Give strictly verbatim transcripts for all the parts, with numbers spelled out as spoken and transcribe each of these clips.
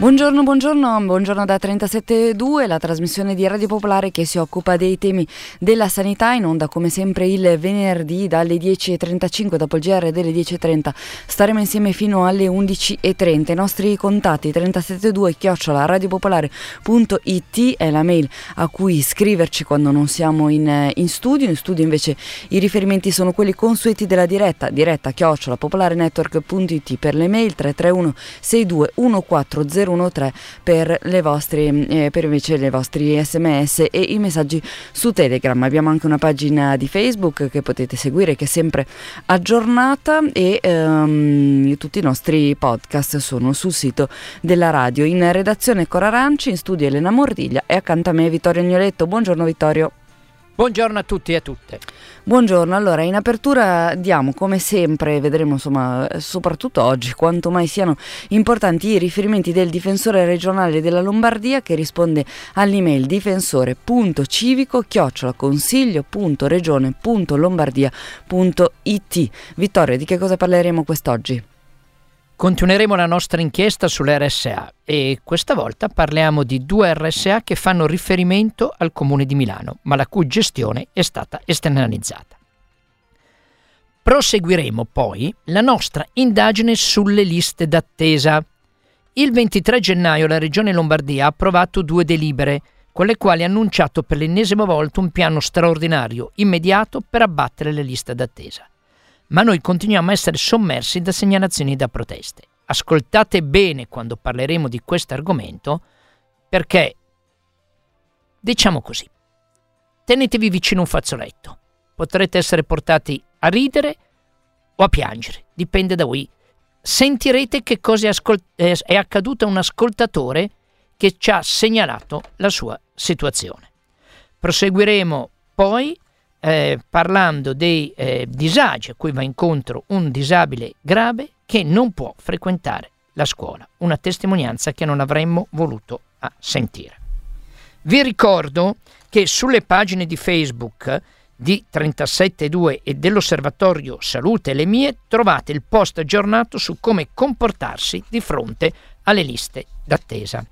Buongiorno, buongiorno, buongiorno da trentasette due, la trasmissione di Radio Popolare che si occupa dei temi della sanità, in onda come sempre il venerdì dalle dieci e trentacinque, dopo il G R delle dieci e trenta staremo insieme fino alle undici e trenta. I nostri contatti trentasette due chiocciola radiopopolare punto it è la mail a cui scriverci quando non siamo in, in studio. In studio invece i riferimenti sono quelli consueti della diretta, diretta chiocciola popolarenetwork punto it per le mail, tre tre uno sei due uno quattro zero uno tre per le vostre eh, per invece le vostri sms e i messaggi su Telegram. Abbiamo anche una pagina di Facebook che potete seguire, che è sempre aggiornata, e ehm, tutti i nostri podcast sono sul sito della radio. In redazione Cora Ranci, in studio Elena Mordiglia e accanto a me Vittorio Agnoletto. Buongiorno Vittorio. Buongiorno a tutti e a tutte. Buongiorno, allora in apertura diamo come sempre, vedremo insomma soprattutto oggi quanto mai siano importanti i riferimenti del difensore regionale della Lombardia, che risponde all'email difensore punto civico chiocciola consiglio punto regione punto lombardia punto it. Vittorio, di che cosa parleremo quest'oggi? Continueremo la nostra inchiesta sull'R S A e questa volta parliamo di due R S A che fanno riferimento al Comune di Milano, ma la cui gestione è stata esternalizzata. Proseguiremo poi la nostra indagine sulle liste d'attesa. Il ventitré gennaio la Regione Lombardia ha approvato due delibere, con le quali ha annunciato per l'ennesima volta un piano straordinario immediato per abbattere le liste d'attesa. Ma noi continuiamo a essere sommersi da segnalazioni e da proteste. Ascoltate bene quando parleremo di questo argomento, perché, diciamo così, tenetevi vicino un fazzoletto. Potrete essere portati a ridere o a piangere, dipende da voi. Sentirete che cosa è, ascol- è accaduto a un ascoltatore che ci ha segnalato la sua situazione. Proseguiremo poi Eh, parlando dei eh, disagi a cui va incontro un disabile grave che non può frequentare la scuola, una testimonianza che non avremmo voluto ah, sentire. Vi ricordo che sulle pagine di Facebook di trentasette due e dell'Osservatorio Salute e le mie trovate il post aggiornato su come comportarsi di fronte alle liste d'attesa.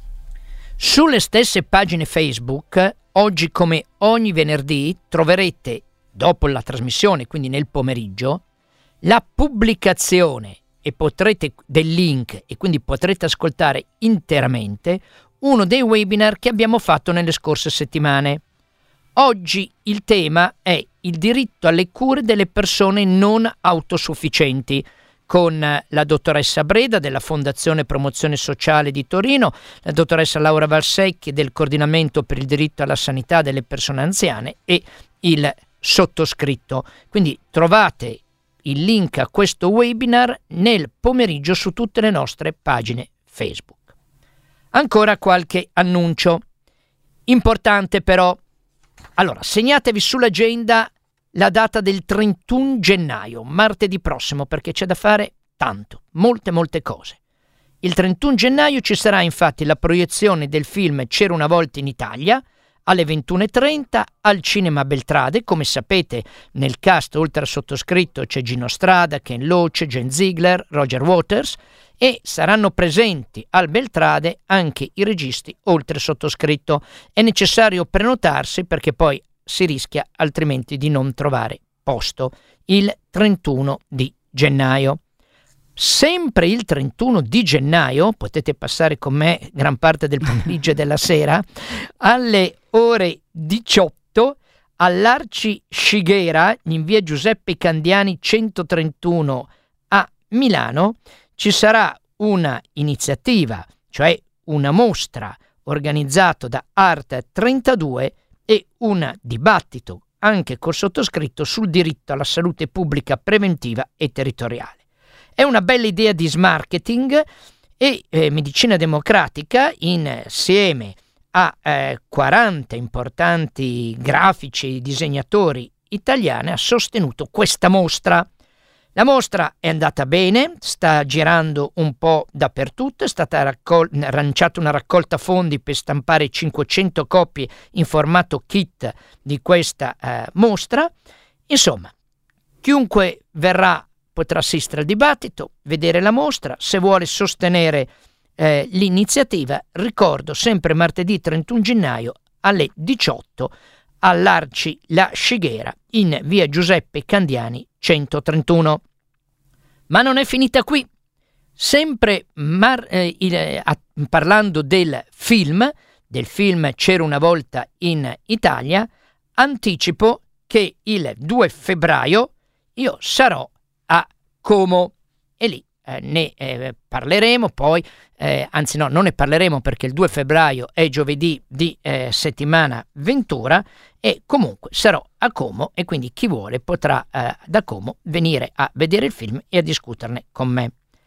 Sulle stesse pagine Facebook, oggi come ogni venerdì, troverete, dopo la trasmissione, quindi nel pomeriggio, la pubblicazione e potrete del link e quindi potrete ascoltare interamente uno dei webinar che abbiamo fatto nelle scorse settimane. Oggi il tema è il diritto alle cure delle persone non autosufficienti, con la dottoressa Breda della Fondazione Promozione Sociale di Torino, la dottoressa Laura Valsecchi del Coordinamento per il Diritto alla Sanità delle Persone Anziane e il sottoscritto. Quindi trovate il link a questo webinar nel pomeriggio su tutte le nostre pagine Facebook. Ancora qualche annuncio importante però. Allora, segnatevi sull'agenda la data del trentuno gennaio, martedì prossimo, perché c'è da fare tanto, molte molte cose. Il trentuno gennaio ci sarà infatti la proiezione del film C'era una volta in Italia alle ventuno e trenta al Cinema Beltrade. Come sapete, nel cast oltre al sottoscritto c'è Gino Strada, Ken Loach, Jen Ziegler, Roger Waters, e saranno presenti al Beltrade anche i registi oltre al sottoscritto. È necessario prenotarsi perché poi si rischia altrimenti di non trovare posto il trentuno di gennaio. Sempre il trentuno di gennaio, potete passare con me gran parte del pomeriggio e della sera, alle ore diciotto all'Arci Scighera in via Giuseppe Candiani centotrentuno a Milano ci sarà una iniziativa, cioè una mostra organizzata da Art trentadue e un dibattito anche col sottoscritto sul diritto alla salute pubblica preventiva e territoriale. È una bella idea di smarketing e eh, Medicina Democratica, insieme a eh, quaranta importanti grafici e disegnatori italiani, ha sostenuto questa mostra. La mostra è andata bene, sta girando un po' dappertutto, è stata raccol- lanciata una raccolta fondi per stampare cinquecento copie in formato kit di questa eh, mostra. Insomma, chiunque verrà potrà assistere al dibattito, vedere la mostra. Se vuole sostenere eh, l'iniziativa, ricordo, sempre martedì trentuno gennaio alle diciotto all'Arci La Scighera in via Giuseppe Candiani centotrentuno. Ma non è finita qui. Sempre mar- eh, il, eh, a, parlando del film, del film C'era una volta in Italia, anticipo che il due febbraio io sarò a Como e lì eh, ne eh, parleremo poi, eh, anzi no, non ne parleremo perché il due febbraio è giovedì di eh, settimana Ventura e comunque sarò a Como e quindi chi vuole potrà eh, da Como venire a vedere il film e a discuterne con me.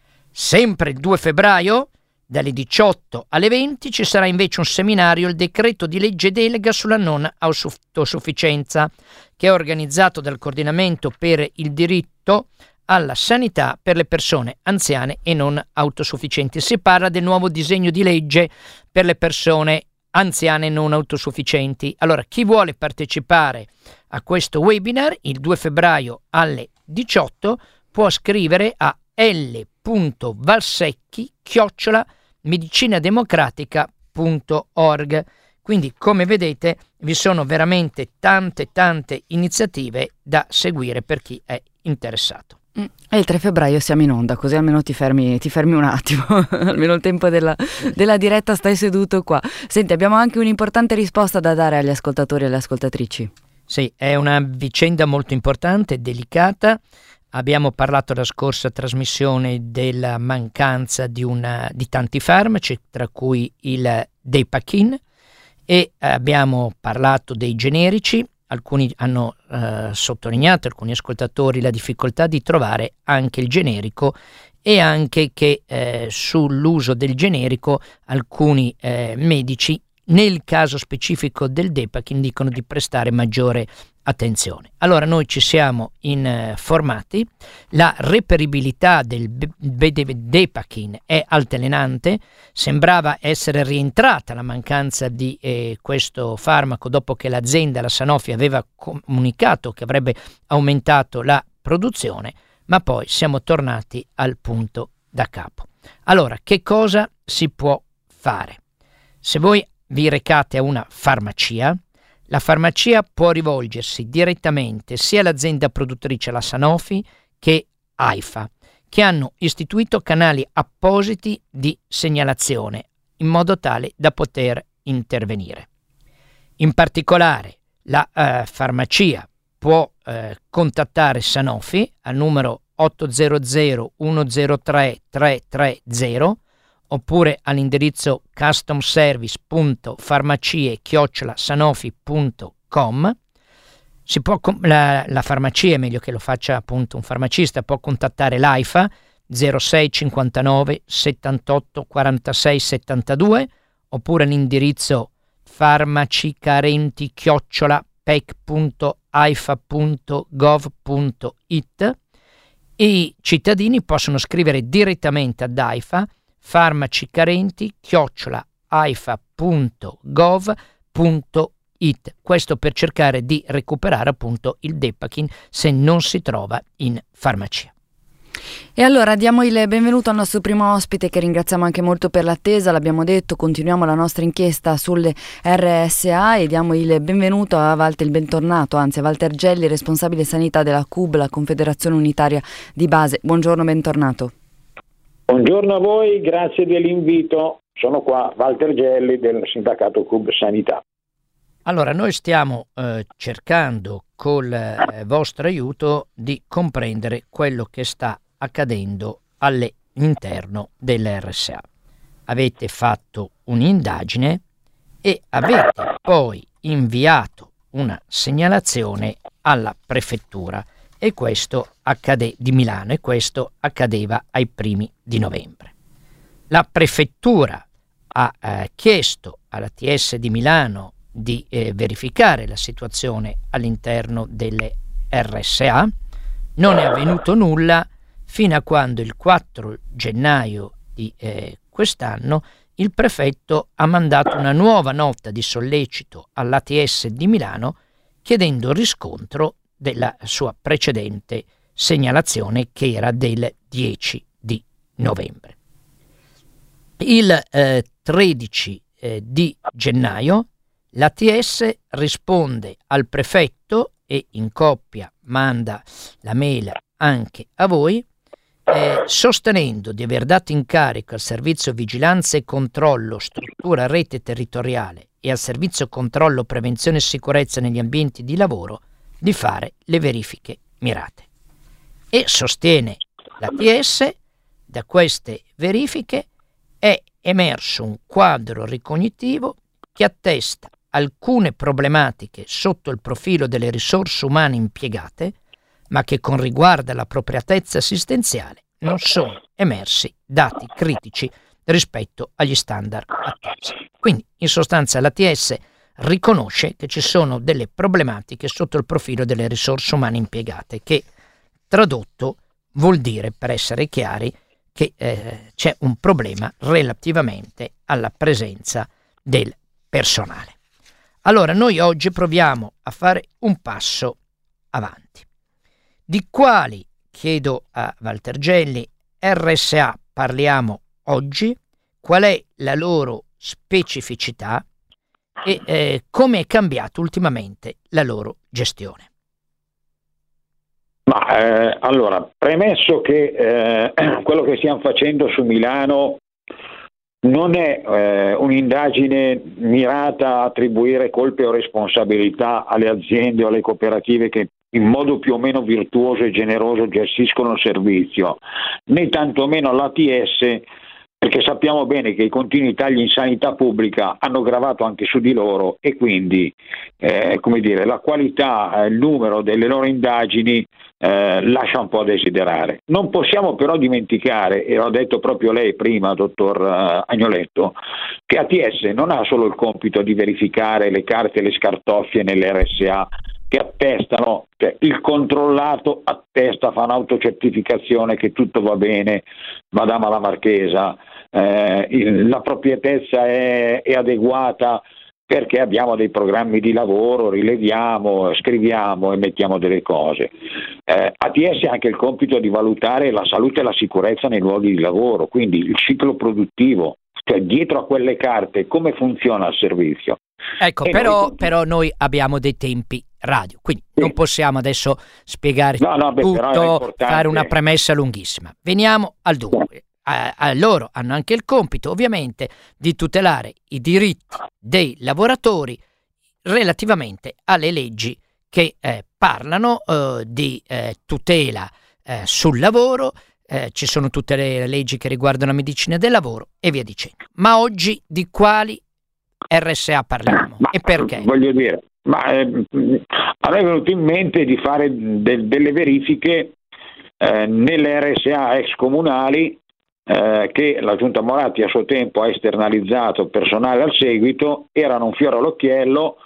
Sempre il due febbraio, dalle diciotto alle venti, ci sarà invece un seminario, il decreto di legge delega sulla non autosufficienza, che è organizzato dal Coordinamento per il diritto alla sanità per le persone anziane e non autosufficienti. Si parla del nuovo disegno di legge per le persone anziane e non autosufficienti. Allora, chi vuole partecipare a questo webinar il due febbraio alle diciotto può scrivere a l punto valsecchi chiocciola medicinademocratica punto org. Quindi, come vedete, vi sono veramente tante tante iniziative da seguire per chi è interessato. Mm. E il tre febbraio siamo in onda, così almeno ti fermi, ti fermi un attimo, almeno il tempo della, della diretta stai seduto qua. Senti, abbiamo anche un'importante risposta da dare agli ascoltatori e alle ascoltatrici. Sì, è una vicenda molto importante, delicata. Abbiamo parlato la scorsa trasmissione della mancanza di, una, di tanti farmaci, tra cui il Depakine, e abbiamo parlato dei generici. Alcuni hanno eh, sottolineato, alcuni ascoltatori, la difficoltà di trovare anche il generico e anche che eh, sull'uso del generico alcuni eh, medici, nel caso specifico del Depakine, dicono di prestare maggiore attenzione. Allora noi ci siamo informati, la reperibilità del Depakine è altalenante, sembrava essere rientrata la mancanza di eh, questo farmaco dopo che l'azienda, la Sanofi, aveva comunicato che avrebbe aumentato la produzione, ma poi siamo tornati al punto da capo. Allora, che cosa si può fare? Se voi vi recate a una farmacia, la farmacia può rivolgersi direttamente sia all'azienda produttrice, la Sanofi, che AIFA, che hanno istituito canali appositi di segnalazione in modo tale da poter intervenire. In particolare, la eh, farmacia può eh, contattare Sanofi al numero otto zero zero uno zero tre tre tre zero oppure all'indirizzo customservice punto farmacie chiocciola sanofi punto com. Si può, la, la farmacia, è meglio che lo faccia appunto un farmacista, può contattare l'AIFA zero sei cinquantanove settantotto quarantasei settantadue oppure all'indirizzo farmacicarenti chiocciola pec punto aifa punto gov punto it e i cittadini possono scrivere direttamente ad AIFA farmacicarenti chiocciola aifa punto gov punto it, questo per cercare di recuperare appunto il Depakine se non si trova in farmacia. E allora diamo il benvenuto al nostro primo ospite, che ringraziamo anche molto per l'attesa. L'abbiamo detto, continuiamo la nostra inchiesta sulle R S A e diamo il benvenuto a Walter, il bentornato anzi a Walter Gelli, responsabile sanità della C U B, la Confederazione Unitaria di Base. Buongiorno, bentornato. Buongiorno a voi, grazie dell'invito. Sono qua, Walter Gelli del sindacato C U B Sanità. Allora, noi stiamo eh, cercando col eh, vostro aiuto di comprendere quello che sta accadendo all'interno dell'R S A. Avete fatto un'indagine e avete poi inviato una segnalazione alla prefettura e questo accade di Milano e questo accadeva ai primi di novembre. La prefettura ha eh, chiesto alla T S di Milano di eh, verificare la situazione all'interno delle R S A. Non è avvenuto nulla fino a quando il quattro gennaio di eh, quest'anno il prefetto ha mandato una nuova nota di sollecito all'A T S di Milano chiedendo riscontro della sua precedente segnalazione che era del dieci di novembre. Il eh, tredici eh, di gennaio l'A T S risponde al prefetto e in coppia manda la mail anche a voi, eh, sostenendo di aver dato incarico al servizio vigilanza e controllo struttura rete territoriale e al servizio controllo prevenzione e sicurezza negli ambienti di lavoro di fare le verifiche mirate. E sostiene l'A T S, da queste verifiche è emerso un quadro ricognitivo che attesta alcune problematiche sotto il profilo delle risorse umane impiegate, ma che con riguardo all'appropriatezza assistenziale non sono emersi dati critici rispetto agli standard attesi. Quindi, in sostanza, l'A T S riconosce che ci sono delle problematiche sotto il profilo delle risorse umane impiegate, che tradotto vuol dire, per essere chiari, che eh, c'è un problema relativamente alla presenza del personale. Allora, noi oggi proviamo a fare un passo avanti. Di quali, chiedo a Walter Gelli, R S A parliamo oggi, qual è la loro specificità e eh, come è cambiata ultimamente la loro gestione? Ma eh, allora, premesso che eh, quello che stiamo facendo su Milano non è eh, un'indagine mirata a attribuire colpe o responsabilità alle aziende o alle cooperative che in modo più o meno virtuoso e generoso gestiscono il servizio, né tantomeno l'A T S, perché sappiamo bene che i continui tagli in sanità pubblica hanno gravato anche su di loro e quindi eh, come dire, la qualità, eh, il numero delle loro indagini eh, lascia un po' a desiderare. Non possiamo però dimenticare, e l'ha detto proprio lei prima, dottor uh, Agnoletto, che A T S non ha solo il compito di verificare le carte e le scartoffie nelle R S A che attestano, cioè il controllato attesta, fa un'autocertificazione che tutto va bene, Madama la Marchesa, eh, il, la proprietezza è, è adeguata perché abbiamo dei programmi di lavoro, rileviamo, scriviamo e mettiamo delle cose. Eh, A T S ha anche il compito di valutare la salute e la sicurezza nei luoghi di lavoro, quindi il ciclo produttivo, cioè dietro a quelle carte come funziona il servizio. Ecco, però noi, però noi abbiamo dei tempi radio, quindi sì, non possiamo adesso spiegare no, no, beh, tutto, fare una premessa lunghissima. Veniamo al dunque. A, a loro hanno anche il compito, ovviamente, di tutelare i diritti dei lavoratori relativamente alle leggi che eh, parlano eh, di eh, tutela eh, sul lavoro. Eh, ci sono tutte le leggi che riguardano la medicina del lavoro e via dicendo. Ma oggi di quali R S A parliamo ma, e perché? Voglio dire, ma eh, a me è venuto in mente di fare de- delle verifiche eh, nelle R S A ex comunali eh, che la Giunta Moratti a suo tempo ha esternalizzato personale al seguito, erano un fiore all'occhiello,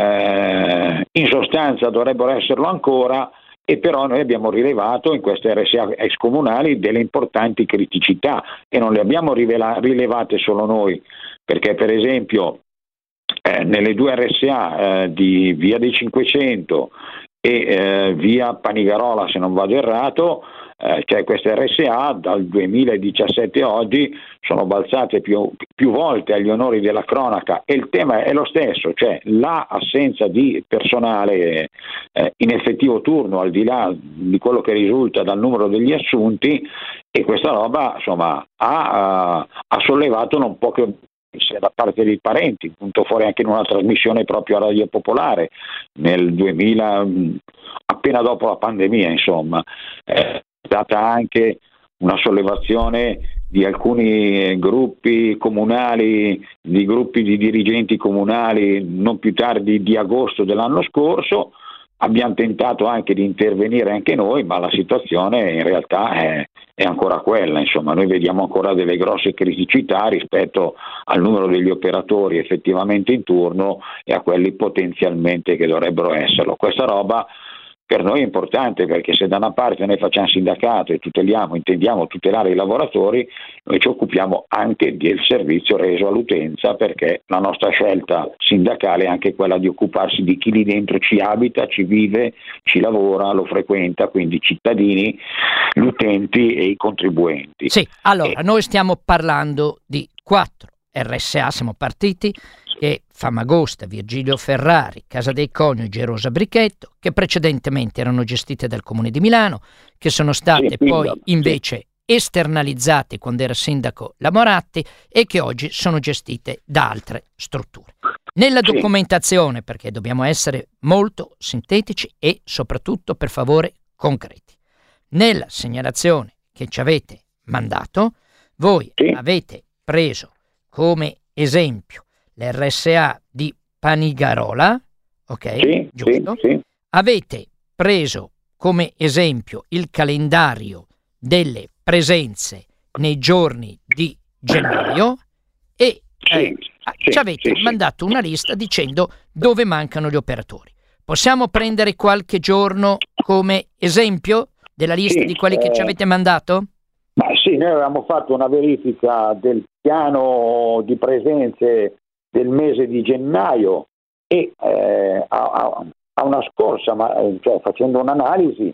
eh, in sostanza dovrebbero esserlo ancora, e però noi abbiamo rilevato in queste R S A ex comunali delle importanti criticità e non le abbiamo rivela- rilevate solo noi, perché per esempio eh, nelle due R S A eh, di Via dei Cinquecento e eh, Via Panigarola, se non vado errato, eh, cioè queste R S A dal duemiladiciassette a oggi sono balzate più, più volte agli onori della cronaca e il tema è lo stesso, cioè l'assenza di personale eh, in effettivo turno al di là di quello che risulta dal numero degli assunti, e questa roba insomma ha, ha sollevato non poche da parte dei parenti, punto fuori anche in una trasmissione proprio a Radio Popolare nel duemila, appena dopo la pandemia, insomma. È stata anche una sollevazione di alcuni gruppi comunali, di gruppi di dirigenti comunali non più tardi di agosto dell'anno scorso. Abbiamo tentato anche di intervenire anche noi, ma la situazione in realtà è, è ancora quella, insomma, noi vediamo ancora delle grosse criticità rispetto al numero degli operatori effettivamente in turno e a quelli potenzialmente che dovrebbero esserlo. Questa roba per noi è importante, perché se da una parte noi facciamo sindacato e tuteliamo, intendiamo tutelare i lavoratori, noi ci occupiamo anche del servizio reso all'utenza, perché la nostra scelta sindacale è anche quella di occuparsi di chi lì dentro ci abita, ci vive, ci lavora, lo frequenta, quindi i cittadini, gli utenti e i contribuenti. Sì, allora, e... noi stiamo parlando di quattro R S A siamo partiti, che Famagosta, Virgilio Ferrari, Casa dei Coniugi e Rosa Brichetto, che precedentemente erano gestite dal Comune di Milano, che sono state sì, poi sì. invece esternalizzate quando era sindaco la Moratti e che oggi sono gestite da altre strutture. Nella Sì. documentazione, perché dobbiamo essere molto sintetici e soprattutto, per favore, concreti, nella segnalazione che ci avete mandato, voi Sì. avete preso come esempio l'R S A di Panigarola, ok? Sì, Giusto? sì, sì. Avete preso come esempio il calendario delle presenze nei giorni di gennaio e eh, Sì, sì, ci avete sì, sì. mandato una lista dicendo dove mancano gli operatori. Possiamo prendere qualche giorno come esempio della lista Sì, di quelli che ci eh, avete mandato? Ma sì, noi avevamo fatto una verifica del piano di presenze del mese di gennaio e eh, a, a, a una scorsa, ma, cioè, facendo un'analisi,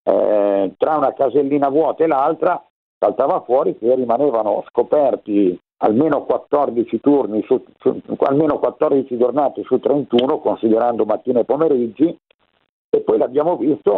eh, tra una casellina vuota e l'altra saltava fuori che rimanevano scoperti almeno quattordici turni, su, su, almeno quattordici giornate su trentuno, considerando mattine e pomeriggi, e poi l'abbiamo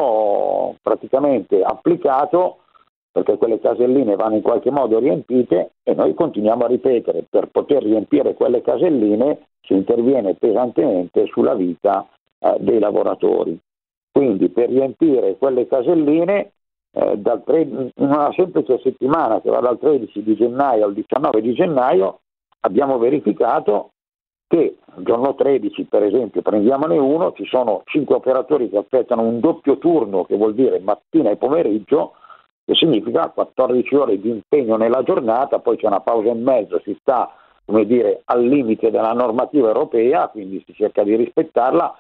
visto praticamente applicato, perché quelle caselline vanno in qualche modo riempite e noi continuiamo a ripetere, per poter riempire quelle caselline si interviene pesantemente sulla vita eh, dei lavoratori. Quindi per riempire quelle caselline eh, dal tre, in una semplice settimana che va dal tredici di gennaio al diciannove di gennaio abbiamo verificato che il giorno tredici, per esempio, prendiamone uno, ci sono cinque operatori che aspettano un doppio turno, che vuol dire mattina e pomeriggio, che significa quattordici ore di impegno nella giornata, poi c'è una pausa in mezzo, si sta, come dire, al limite della normativa europea, quindi si cerca di rispettarla,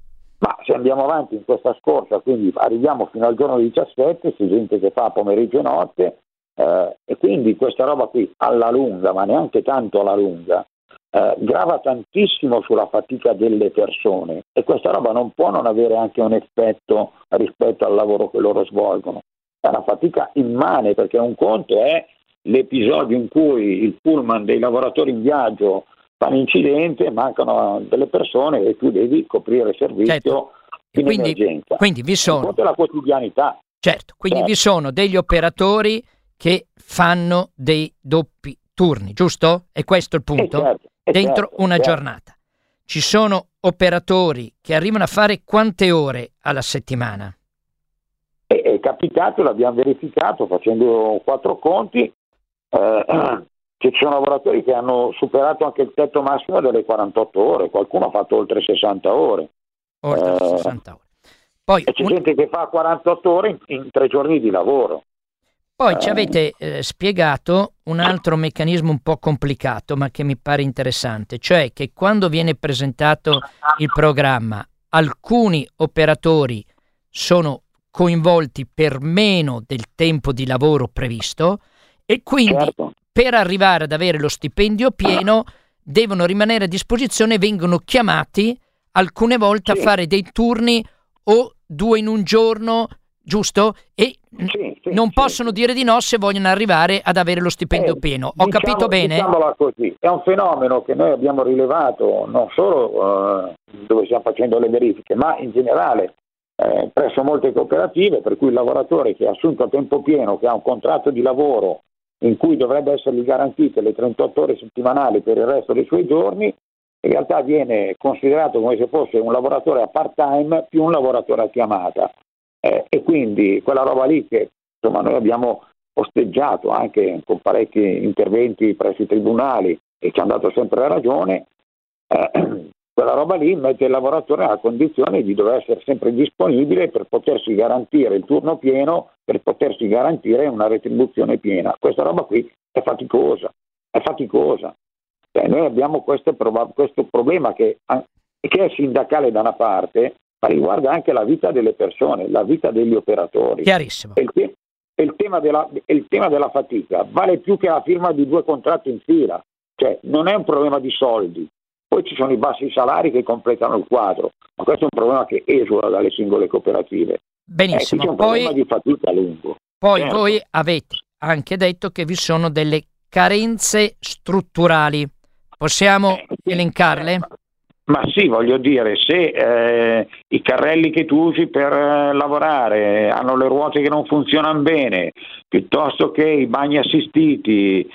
ma se andiamo avanti in questa scorsa, quindi arriviamo fino al giorno diciassette, c'è gente che fa pomeriggio e notte, eh, e quindi questa roba qui alla lunga, ma neanche tanto alla lunga, eh, grava tantissimo sulla fatica delle persone, e questa roba non può non avere anche un effetto rispetto al lavoro che loro svolgono. È una fatica immane, perché un conto è l'episodio in cui il pullman dei lavoratori in viaggio fa un incidente, mancano delle persone e tu devi coprire il servizio, certo. in quindi, emergenza. Quindi vi sono, un conto è la quotidianità. certo, quindi certo. vi sono degli operatori che fanno dei doppi turni, giusto? E questo è il punto? Eh certo, eh Dentro certo, una certo. giornata. Ci sono operatori che arrivano a fare quante ore alla settimana? È, è capitato, l'abbiamo verificato facendo quattro conti, eh, che ci sono lavoratori che hanno superato anche il tetto massimo delle quarantotto ore, qualcuno ha fatto oltre sessanta ore. Oltre Eh, sessanta ore. Poi, e c'è un- gente che fa quarantotto ore in, in tre giorni di lavoro. poi ci avete eh, spiegato un altro meccanismo un po' complicato, ma che mi pare interessante, cioè che quando viene presentato il programma, alcuni operatori sono coinvolti per meno del tempo di lavoro previsto e quindi Certo. per arrivare ad avere lo stipendio pieno devono rimanere a disposizione e vengono chiamati alcune volte Sì. a fare dei turni o due in un giorno, giusto? E Sì, sì, non sì, possono sì. dire di no se vogliono arrivare ad avere lo stipendio Eh, pieno. Ho diciamo- capito bene? Diciamola così, è un fenomeno che noi abbiamo rilevato non solo eh, dove stiamo facendo le verifiche, ma in generale eh, presso molte cooperative, per cui il lavoratore che è assunto a tempo pieno, che ha un contratto di lavoro in cui dovrebbe essergli garantite le trentotto ore settimanali per il resto dei suoi giorni, in realtà viene considerato come se fosse un lavoratore a part-time più un lavoratore a chiamata. Eh, e quindi quella roba lì che insomma noi abbiamo osteggiato anche con parecchi interventi presso i tribunali e ci hanno dato sempre ragione, eh, quella roba lì mette il lavoratore nella condizione di dover essere sempre disponibile per potersi garantire il turno pieno, per potersi garantire una retribuzione piena. Questa roba qui è faticosa, è faticosa. Cioè, noi abbiamo questo, prob- questo problema che, che è sindacale da una parte, ma riguarda anche la vita delle persone, la vita degli operatori. Chiarissimo. E il, te- e il, tema della, e il tema della fatica vale più che la firma di due contratti in fila, cioè non è un problema di soldi, poi ci sono i bassi salari che completano il quadro, ma questo è un problema che esula dalle singole cooperative. Benissimo. Eh, qui c'è un Poi, problema di fatica lungo. poi Certo. voi avete anche detto che vi sono delle carenze strutturali. Possiamo elencarle? Ma sì, voglio dire, se eh, i carrelli che tu usi per eh, lavorare hanno le ruote che non funzionano bene, piuttosto che i bagni assistiti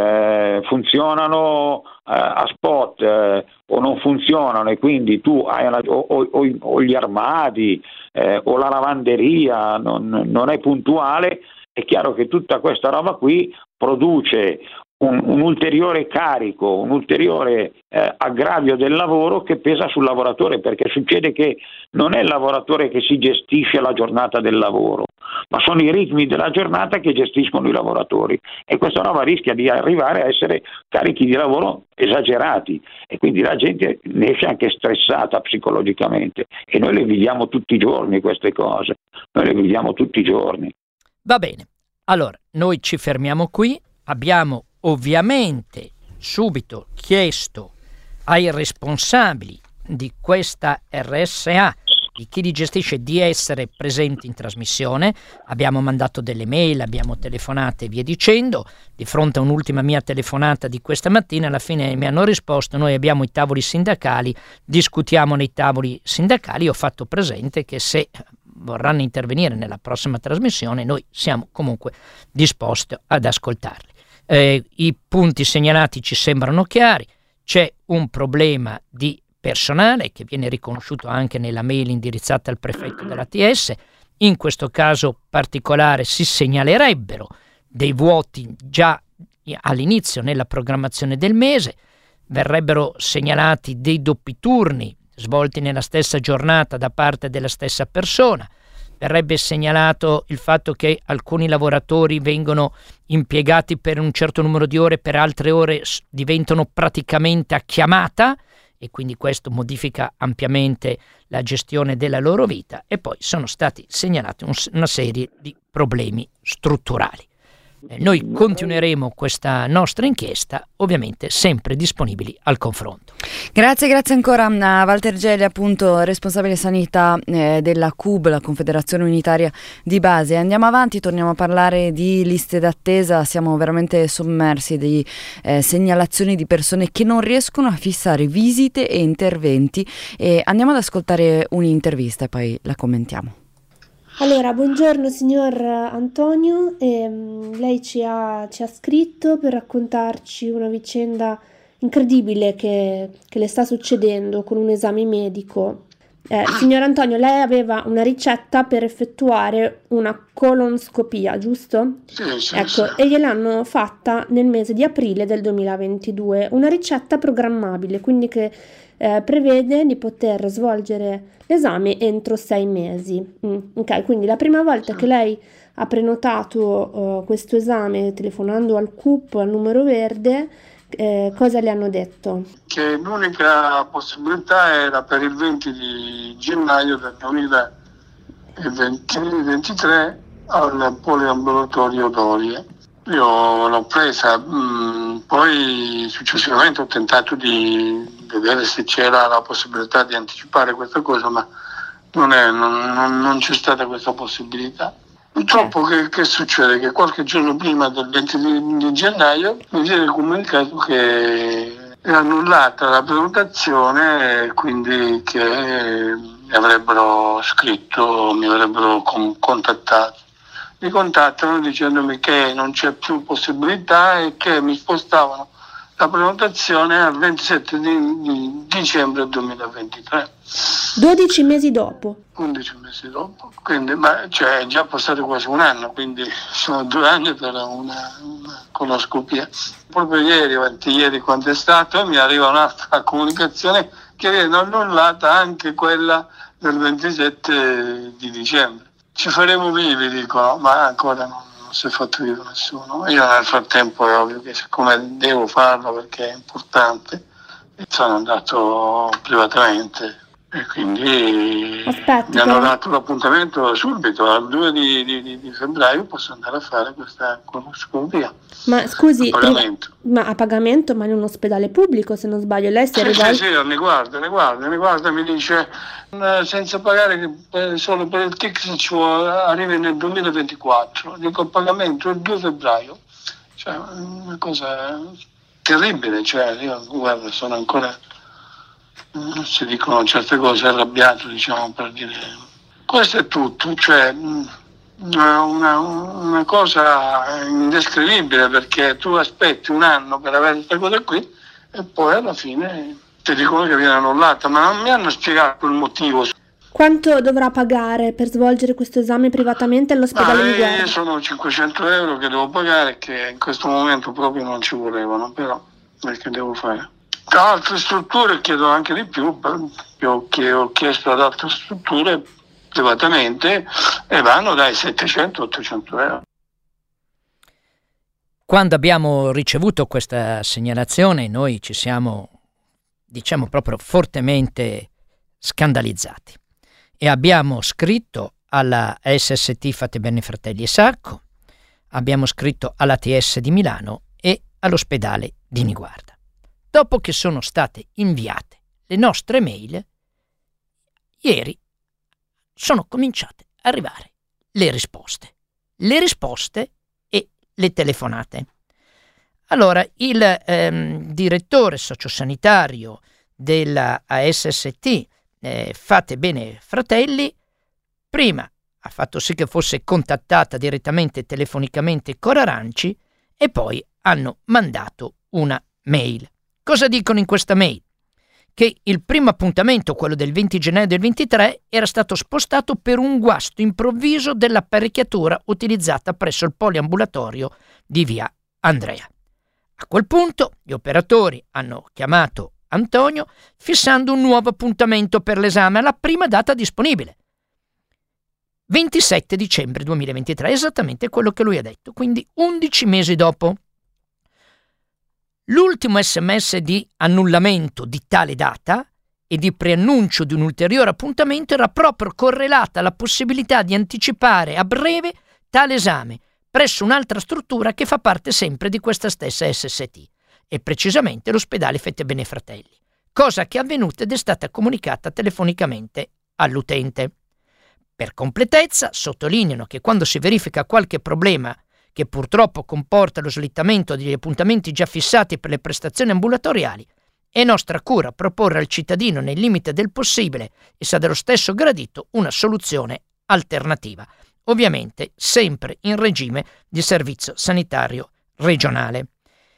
eh, funzionano eh, a spot eh, o non funzionano, e quindi tu hai una, o, o, o gli armadi eh, o la lavanderia non, non è puntuale, è chiaro che tutta questa roba qui produce Un, un ulteriore carico, un ulteriore eh, aggravio del lavoro che pesa sul lavoratore, perché succede che non è il lavoratore che si gestisce la giornata del lavoro, ma sono i ritmi della giornata che gestiscono i lavoratori, e questa roba rischia di arrivare a essere carichi di lavoro esagerati, e quindi la gente ne esce anche stressata psicologicamente, e noi le viviamo tutti i giorni queste cose, noi le viviamo tutti i giorni. Va bene, allora noi ci fermiamo qui. Abbiamo ovviamente subito chiesto ai responsabili di questa R S A, di chi li gestisce, di essere presenti in trasmissione. Abbiamo mandato delle mail, abbiamo telefonate e via dicendo. Di fronte a un'ultima mia telefonata di questa mattina, alla fine mi hanno risposto: noi abbiamo i tavoli sindacali, discutiamo nei tavoli sindacali. Ho fatto presente che se vorranno intervenire nella prossima trasmissione noi siamo comunque disposti ad ascoltarli. Eh, I punti segnalati ci sembrano chiari. C'è un problema di personale che viene riconosciuto anche nella mail indirizzata al prefetto dell'A T S. In questo caso particolare si segnalerebbero dei vuoti già all'inizio nella programmazione del mese, verrebbero segnalati dei doppi turni svolti nella stessa giornata da parte della stessa persona. Verrebbe segnalato il fatto che alcuni lavoratori vengono impiegati per un certo numero di ore, per altre ore diventano praticamente a chiamata, e quindi questo modifica ampiamente la gestione della loro vita. E poi sono stati segnalati un, una serie di problemi strutturali. Eh, noi continueremo questa nostra inchiesta, ovviamente sempre disponibili al confronto. Grazie, grazie ancora a Walter Gelli, appunto responsabile sanità eh, della C U B, la Confederazione Unitaria di Base. Andiamo avanti, torniamo a parlare di liste d'attesa. Siamo veramente sommersi di eh, segnalazioni di persone che non riescono a fissare visite e interventi, e andiamo ad ascoltare un'intervista e poi la commentiamo. Allora, buongiorno signor Antonio, eh, lei ci ha, ci ha scritto per raccontarci una vicenda incredibile che, che le sta succedendo con un esame medico. Eh, signor Antonio, lei aveva una ricetta per effettuare una colonscopia, giusto? Sì, sì, ecco, sì. E gliel'hanno fatta nel mese di aprile del duemilaventidue, una ricetta programmabile, quindi che eh, prevede di poter svolgere l'esame entro sei mesi. Mm, ok, quindi la prima volta Sì. che lei ha prenotato uh, questo esame telefonando al C U P, al numero verde, eh, cosa le hanno detto? Che l'unica possibilità era per il venti di gennaio del duemilaventitré al poliambulatorio Dorie. Io l'ho presa, mh, poi successivamente ho tentato di vedere se c'era la possibilità di anticipare questa cosa, ma non, è, non, non, non c'è stata questa possibilità. Purtroppo che, che succede? Che qualche giorno prima del venti di gennaio mi viene comunicato che è annullata la prenotazione, e quindi che mi avrebbero scritto, mi avrebbero con, contattato. Mi contattano dicendomi che non c'è più possibilità e che mi spostavano la prenotazione al ventisette di, di dicembre duemilaventitré. dodici mesi dopo. undici mesi dopo, quindi ma, cioè, è già passato quasi un anno, quindi sono due anni per una, una coloscopia. Proprio ieri o anche ieri, quando è stato, mi arriva un'altra comunicazione che viene annullata anche quella del ventisette di dicembre. Ci faremo vivi, dicono, ma ancora non, non si è fatto vivo nessuno. Io nel frattempo è ovvio che siccome devo farlo perché è importante, sono andato privatamente. E quindi Aspetti, mi hanno però. dato l'appuntamento subito, al due di, di, di febbraio posso andare a fare questa coloscopia. Ma scusi, A pagamento. ma a pagamento, ma in un ospedale pubblico, se non sbaglio, lei si è Sì, sì, rivolta? sì, ne guarda, ne guarda, ne guarda, mi dice eh, senza pagare che per, solo per il T I C S ci vuole, arrivi nel duemilaventiquattro. Dico il pagamento il due febbraio. cioè, una cosa terribile, cioè io guarda sono ancora, si dicono certe cose, arrabbiato, diciamo, per dire questo è tutto, cioè una, una cosa indescrivibile, perché tu aspetti un anno per avere queste cose qui e poi alla fine ti dicono che viene annullata, ma non mi hanno spiegato il motivo. Quanto dovrà pagare per svolgere questo esame privatamente all'ospedale di Guarda? Sono cinquecento euro che devo pagare, che in questo momento proprio non ci volevano, però che devo fare? Tra altre strutture chiedo anche di più, che ho chiesto ad altre strutture privatamente e vanno dai settecento ottocento euro. Quando abbiamo ricevuto questa segnalazione noi ci siamo, diciamo, proprio fortemente scandalizzati e abbiamo scritto alla S S T Fatebenefratelli Fratelli e Sacco, abbiamo scritto all'A T S di Milano e all'ospedale di Niguarda. Dopo che sono state inviate le nostre mail, ieri sono cominciate a arrivare le risposte, le risposte e le telefonate. Allora, il ehm, direttore sociosanitario della A S S T eh, Fate Bene Fratelli prima ha fatto sì che fosse contattata direttamente telefonicamente Cora Ranci e poi hanno mandato una mail. Cosa dicono in questa mail? Che il primo appuntamento, quello del venti gennaio del ventitré, era stato spostato per un guasto improvviso dell'apparecchiatura utilizzata presso il poliambulatorio di via Andrea. A quel punto gli operatori hanno chiamato Antonio fissando un nuovo appuntamento per l'esame alla prima data disponibile, ventisette dicembre duemilaventitré, esattamente quello che lui ha detto, quindi undici mesi dopo. L'ultimo sms di annullamento di tale data e di preannuncio di un ulteriore appuntamento era proprio correlata alla possibilità di anticipare a breve tale esame presso un'altra struttura che fa parte sempre di questa stessa S S T, e precisamente l'ospedale Fate Bene Fratelli, cosa che è avvenuta ed è stata comunicata telefonicamente all'utente. Per completezza sottolineano che quando si verifica qualche problema che purtroppo comporta lo slittamento degli appuntamenti già fissati per le prestazioni ambulatoriali, è nostra cura proporre al cittadino, nel limite del possibile e se dello stesso gradito, una soluzione alternativa, ovviamente sempre in regime di servizio sanitario regionale.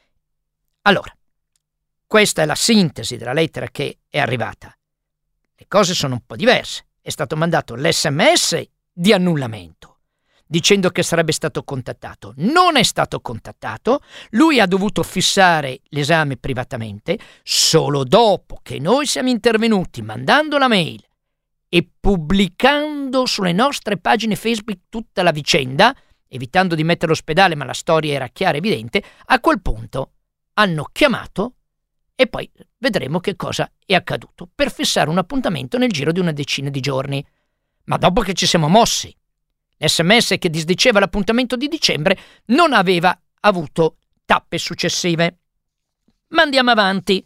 Allora, questa è la sintesi della lettera che è arrivata. Le cose sono un po' diverse. È stato mandato l'sms di annullamento, dicendo che sarebbe stato contattato. Non è stato contattato, lui ha dovuto fissare l'esame privatamente solo dopo che noi siamo intervenuti mandando la mail e pubblicando sulle nostre pagine Facebook tutta la vicenda, evitando di mettere l'ospedale, ma la storia era chiara e evidente. A quel punto hanno chiamato e poi vedremo che cosa è accaduto, per fissare un appuntamento nel giro di una decina di giorni. Ma dopo che ci siamo mossi, l'esse emme esse che disdiceva l'appuntamento di dicembre non aveva avuto tappe successive. Ma andiamo avanti.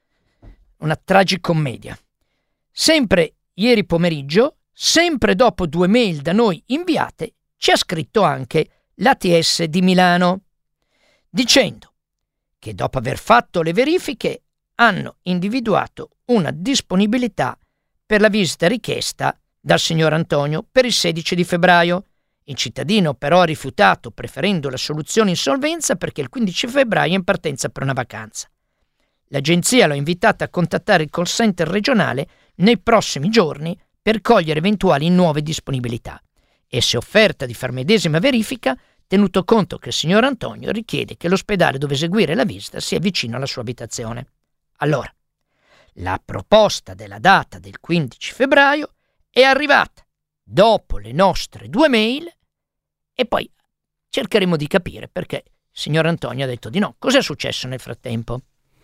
Una tragicommedia. Sempre ieri pomeriggio, sempre dopo due mail da noi inviate, ci ha scritto anche l'A T S di Milano, dicendo che dopo aver fatto le verifiche hanno individuato una disponibilità per la visita richiesta dal signor Antonio per il sedici di febbraio. Il cittadino però ha rifiutato, preferendo la soluzione insolvenza perché il quindici febbraio è in partenza per una vacanza. L'agenzia lo ha invitato a contattare il call center regionale nei prossimi giorni per cogliere eventuali nuove disponibilità e, se offerta di far medesima verifica, tenuto conto che il signor Antonio richiede che l'ospedale dove eseguire la visita sia vicino alla sua abitazione. Allora, la proposta della data del quindici febbraio è arrivata dopo le nostre due mail e poi cercheremo di capire perché il signor Antonio ha detto di no. Cos'è successo nel frattempo?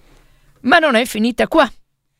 Ma non è finita qua.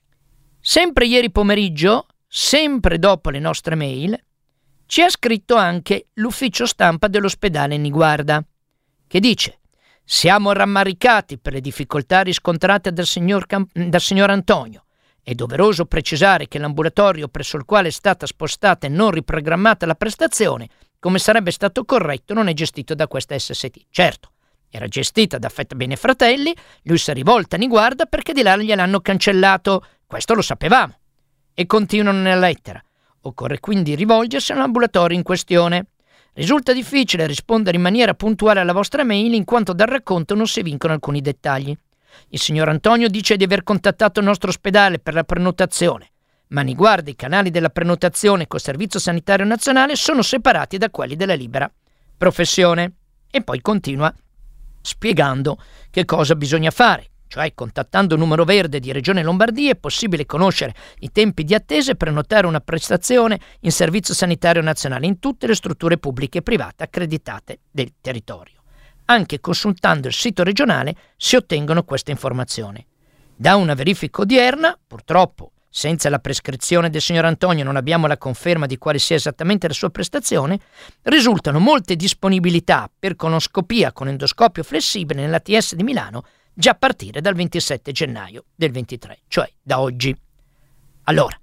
Sempre ieri pomeriggio, sempre dopo le nostre mail, ci ha scritto anche l'ufficio stampa dell'ospedale Niguarda, che dice: siamo rammaricati per le difficoltà riscontrate dal signor, Camp- dal signor Antonio. È doveroso precisare che l'ambulatorio presso il quale è stata spostata e non riprogrammata la prestazione, come sarebbe stato corretto, non è gestito da questa S S T. Certo, era gestita da Fattbene Fratelli, lui si è rivolto a Niguarda perché di là gliel'hanno cancellato, questo lo sapevamo. E continuano nella lettera. Occorre quindi rivolgersi all'ambulatorio in questione. Risulta difficile rispondere in maniera puntuale alla vostra mail in quanto dal racconto non si vincono alcuni dettagli. Il signor Antonio dice di aver contattato il nostro ospedale per la prenotazione, ma Niguarda i canali della prenotazione col Servizio Sanitario Nazionale sono separati da quelli della libera professione. E poi continua spiegando che cosa bisogna fare, cioè contattando il numero verde di Regione Lombardia è possibile conoscere i tempi di attesa e prenotare una prestazione in Servizio Sanitario Nazionale in tutte le strutture pubbliche e private accreditate del territorio. Anche consultando il sito regionale si ottengono queste informazioni. Da una verifica odierna, purtroppo, senza la prescrizione del signor Antonio non abbiamo la conferma di quale sia esattamente la sua prestazione, risultano molte disponibilità per conoscopia con endoscopio flessibile nell'A T S di Milano già a partire dal ventisette gennaio del ventitré, cioè da oggi. Allora,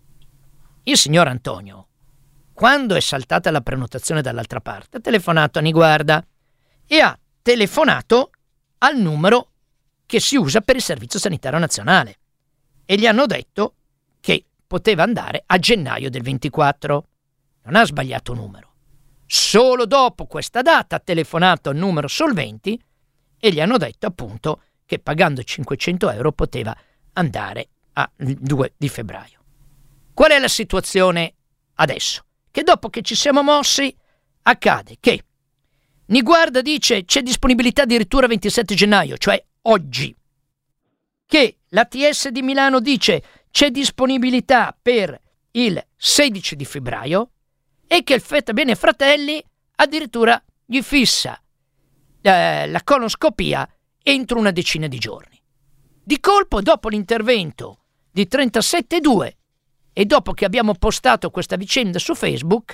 il signor Antonio, quando è saltata la prenotazione dall'altra parte, ha telefonato a Niguarda e ha telefonato al numero che si usa per il Servizio Sanitario Nazionale e gli hanno detto che poteva andare a gennaio del ventiquattro. Non ha sbagliato numero. Solo dopo questa data ha telefonato al numero Solventi e gli hanno detto appunto che pagando cinquecento euro poteva andare al due di febbraio. Qual è la situazione adesso? Che dopo che ci siamo mossi accade che Niguarda dice c'è disponibilità addirittura ventisette gennaio, cioè oggi, che l'A T S di Milano dice c'è disponibilità per il sedici di febbraio e che il Fattbene Fratelli addirittura gli fissa eh, la colonoscopia entro una decina di giorni. Di colpo, dopo l'intervento di trentasette due e dopo che abbiamo postato questa vicenda su Facebook,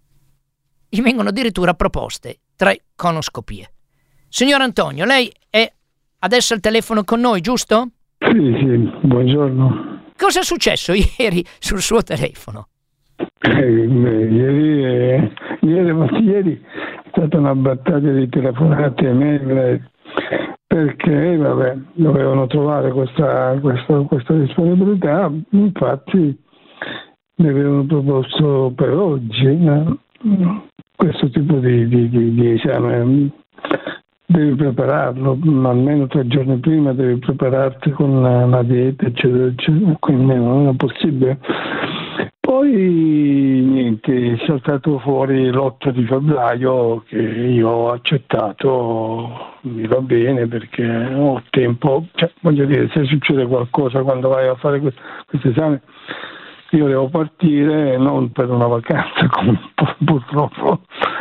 gli vengono addirittura proposte tre colonoscopie. Signor Antonio, lei è adesso al telefono con noi, giusto? Sì, sì, buongiorno. Cosa è successo ieri sul suo telefono? Eh, ieri, eh, ieri, ieri è stata una battaglia di telefonate e mail perché vabbè, dovevano trovare questa, questa, questa disponibilità, infatti mi avevano proposto per oggi eh, questo tipo di, di, di, di esame. Devi prepararlo, almeno tre giorni prima devi prepararti con la dieta, eccetera, eccetera, quindi non è possibile. Poi niente, è saltato fuori l'otto di febbraio che io ho accettato, mi va bene perché ho tempo, cioè, voglio dire, se succede qualcosa quando vai a fare questo, questo esame, io devo partire non per una vacanza come purtroppo,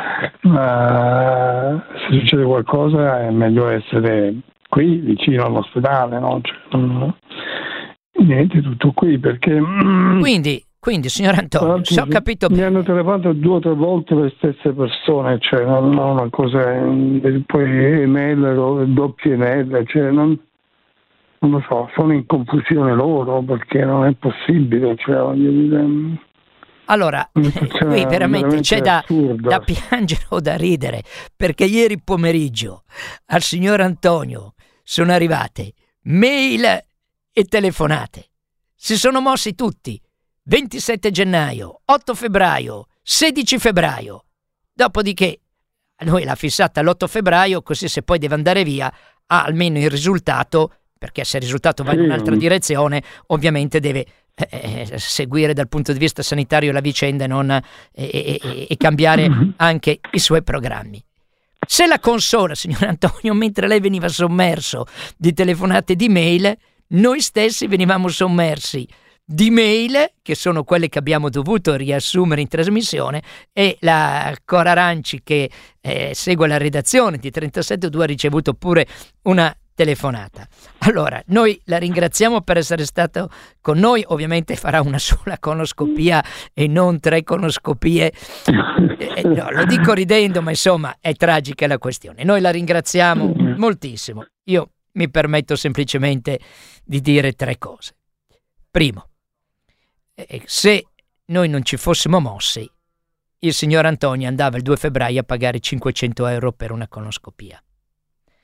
ma se succede qualcosa è meglio essere qui vicino all'ospedale, no? Cioè, no, niente, tutto qui perché quindi quindi signor Antonio, se ho capito bene, mi hanno telefonato due o tre volte le stesse persone, cioè non è una cosa, poi email, doppie email, cioè non, non lo so, sono in confusione loro perché non è possibile, cioè voglio dire. Allora, qui veramente, veramente c'è da, da piangere o da ridere, perché ieri pomeriggio al signor Antonio sono arrivate mail e telefonate. Si sono mossi tutti, ventisette gennaio, otto febbraio, sedici febbraio. Dopodiché lui l'ha fissata l'otto febbraio, così se poi deve andare via ha almeno il risultato, perché se il risultato va in un'altra direzione ovviamente deve Eh, seguire dal punto di vista sanitario la vicenda e, non, eh, eh, e cambiare anche i suoi programmi. Se la consola, signor Antonio, mentre lei veniva sommerso di telefonate e di mail, noi stessi venivamo sommersi di mail, che sono quelle che abbiamo dovuto riassumere in trasmissione, e la Cora Aranci che eh, segue la redazione di trentasette due ha ricevuto pure una telefonata. Allora, noi la ringraziamo per essere stato con noi, ovviamente farà una sola colonoscopia e non tre colonoscopie, eh, no, lo dico ridendo, ma insomma è tragica la questione. Noi la ringraziamo moltissimo. Io mi permetto semplicemente di dire tre cose. Primo, eh, se noi non ci fossimo mossi, il signor Antonio andava il due febbraio a pagare cinquecento euro per una colonoscopia.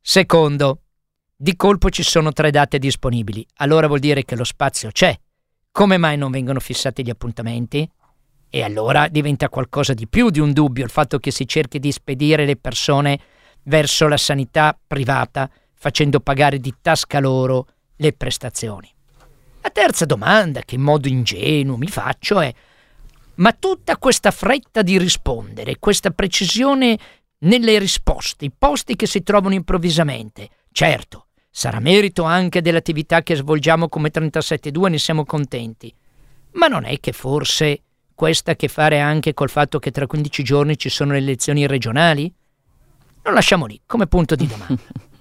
Secondo, di colpo ci sono tre date disponibili, allora vuol dire che lo spazio c'è. Come mai non vengono fissati gli appuntamenti? E allora diventa qualcosa di più di un dubbio il fatto che si cerchi di spedire le persone verso la sanità privata facendo pagare di tasca loro le prestazioni. La terza domanda che in modo ingenuo mi faccio è: ma tutta questa fretta di rispondere, questa precisione nelle risposte, i posti che si trovano improvvisamente, certo, sarà merito anche dell'attività che svolgiamo come trentasette due, ne siamo contenti, ma non è che forse questa ha a che fare anche col fatto che tra quindici giorni ci sono le elezioni regionali? Lo lasciamo lì come punto di domanda.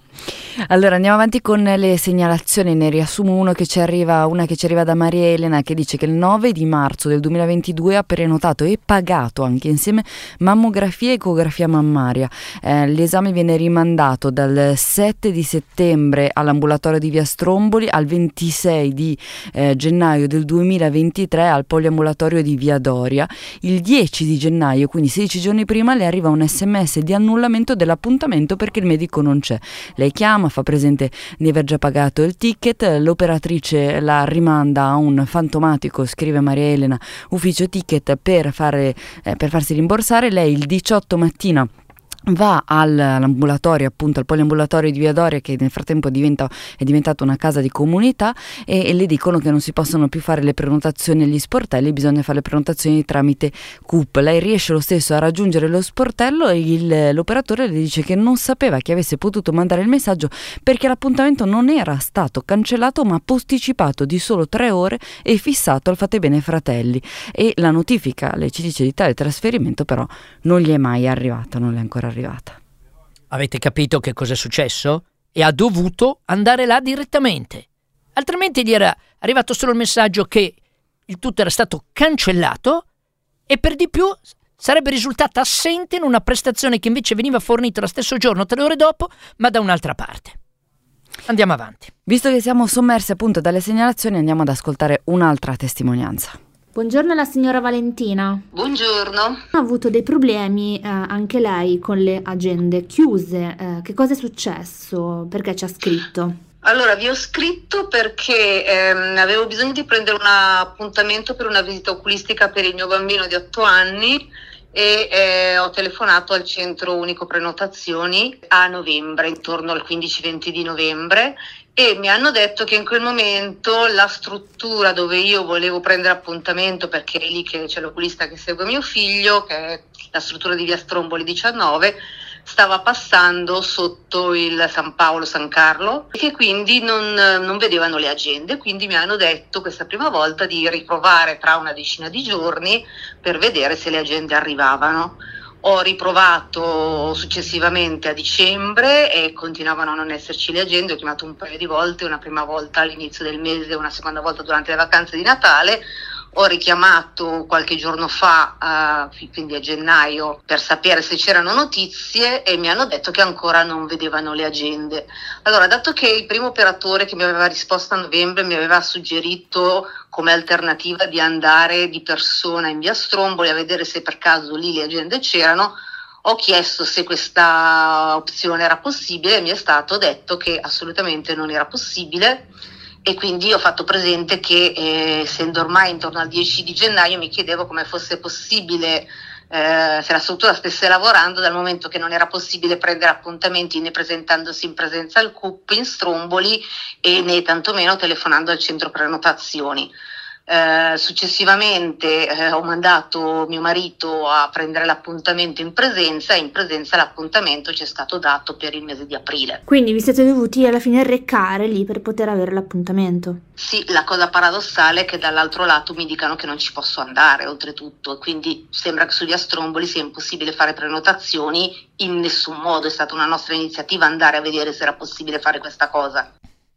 Allora andiamo avanti con le segnalazioni, ne riassumo uno che ci arriva, una che ci arriva da Maria Elena, che dice che il nove di marzo del duemilaventidue ha prenotato e pagato anche insieme mammografia e ecografia mammaria. Eh, l'esame viene rimandato dal sette di settembre all'ambulatorio di via Stromboli al ventisei di eh, gennaio del duemilaventitré al poliambulatorio di via Doria. Il dieci di gennaio, quindi sedici giorni prima, le arriva un sms di annullamento dell'appuntamento perché il medico non c'è. Lei chiama, fa presente di aver già pagato il ticket, l'operatrice la rimanda a un fantomatico, scrive Maria Elena, ufficio ticket per, fare, eh, per farsi rimborsare. Lei il diciotto mattina va all'ambulatorio, appunto al poliambulatorio di via Doria, che nel frattempo diventa, è diventato una casa di comunità, e, e le dicono che non si possono più fare le prenotazioni agli sportelli, bisogna fare le prenotazioni tramite C U P. Lei riesce lo stesso a raggiungere lo sportello e il, l'operatore le dice che non sapeva che avesse potuto mandare il messaggio perché l'appuntamento non era stato cancellato ma posticipato di solo tre ore e fissato al Fate Bene Fratelli, e la notifica, lei ci dice, di tale trasferimento però non gli è mai arrivata, non le è ancora arrivata. Arrivata. Avete capito che cosa è successo? E ha dovuto andare là direttamente. Altrimenti gli era arrivato solo il messaggio che il tutto era stato cancellato e per di più sarebbe risultata assente in una prestazione che invece veniva fornita lo stesso giorno, tre ore dopo, ma da un'altra parte. Andiamo avanti. Visto che siamo sommersi appunto dalle segnalazioni, andiamo ad ascoltare un'altra testimonianza. Buongiorno alla signora Valentina. Buongiorno. Ha avuto dei problemi eh, anche lei con le agende chiuse. Eh, che cosa è successo? Perché ci ha scritto? Allora, vi ho scritto perché ehm, avevo bisogno di prendere un appuntamento per una visita oculistica per il mio bambino di otto anni e eh, ho telefonato al centro unico prenotazioni a novembre, intorno al quindici venti di novembre, e mi hanno detto che in quel momento la struttura dove io volevo prendere appuntamento, perché è lì che c'è l'oculista che segue mio figlio, che è la struttura di via Stromboli diciannove, stava passando sotto il San Paolo San Carlo e che quindi non, non vedevano le agende, quindi mi hanno detto questa prima volta di riprovare tra una decina di giorni per vedere se le agende arrivavano. Ho riprovato successivamente a dicembre e continuavano a non esserci le agende, ho chiamato un paio di volte, una prima volta all'inizio del mese e una seconda volta durante le vacanze di Natale. Ho richiamato qualche giorno fa, uh, quindi a gennaio, per sapere se c'erano notizie e mi hanno detto che ancora non vedevano le agende. Allora, dato che il primo operatore che mi aveva risposto a novembre mi aveva suggerito come alternativa di andare di persona in via Stromboli a vedere se per caso lì le agende c'erano, ho chiesto se questa opzione era possibile e mi è stato detto che assolutamente non era possibile. E quindi ho fatto presente che eh, essendo ormai intorno al dieci di gennaio mi chiedevo come fosse possibile, eh, se la struttura stesse lavorando, dal momento che non era possibile prendere appuntamenti né presentandosi in presenza al C U P in Stromboli e né tantomeno telefonando al centro prenotazioni. Eh, successivamente eh, ho mandato mio marito a prendere l'appuntamento in presenza e in presenza l'appuntamento ci è stato dato per il mese di aprile. Quindi vi siete dovuti alla fine recare lì per poter avere l'appuntamento? Sì, la cosa paradossale è che dall'altro lato mi dicano che non ci posso andare oltretutto, quindi sembra che su via Stromboli sia impossibile fare prenotazioni in nessun modo. È stata una nostra iniziativa andare a vedere se era possibile fare questa cosa.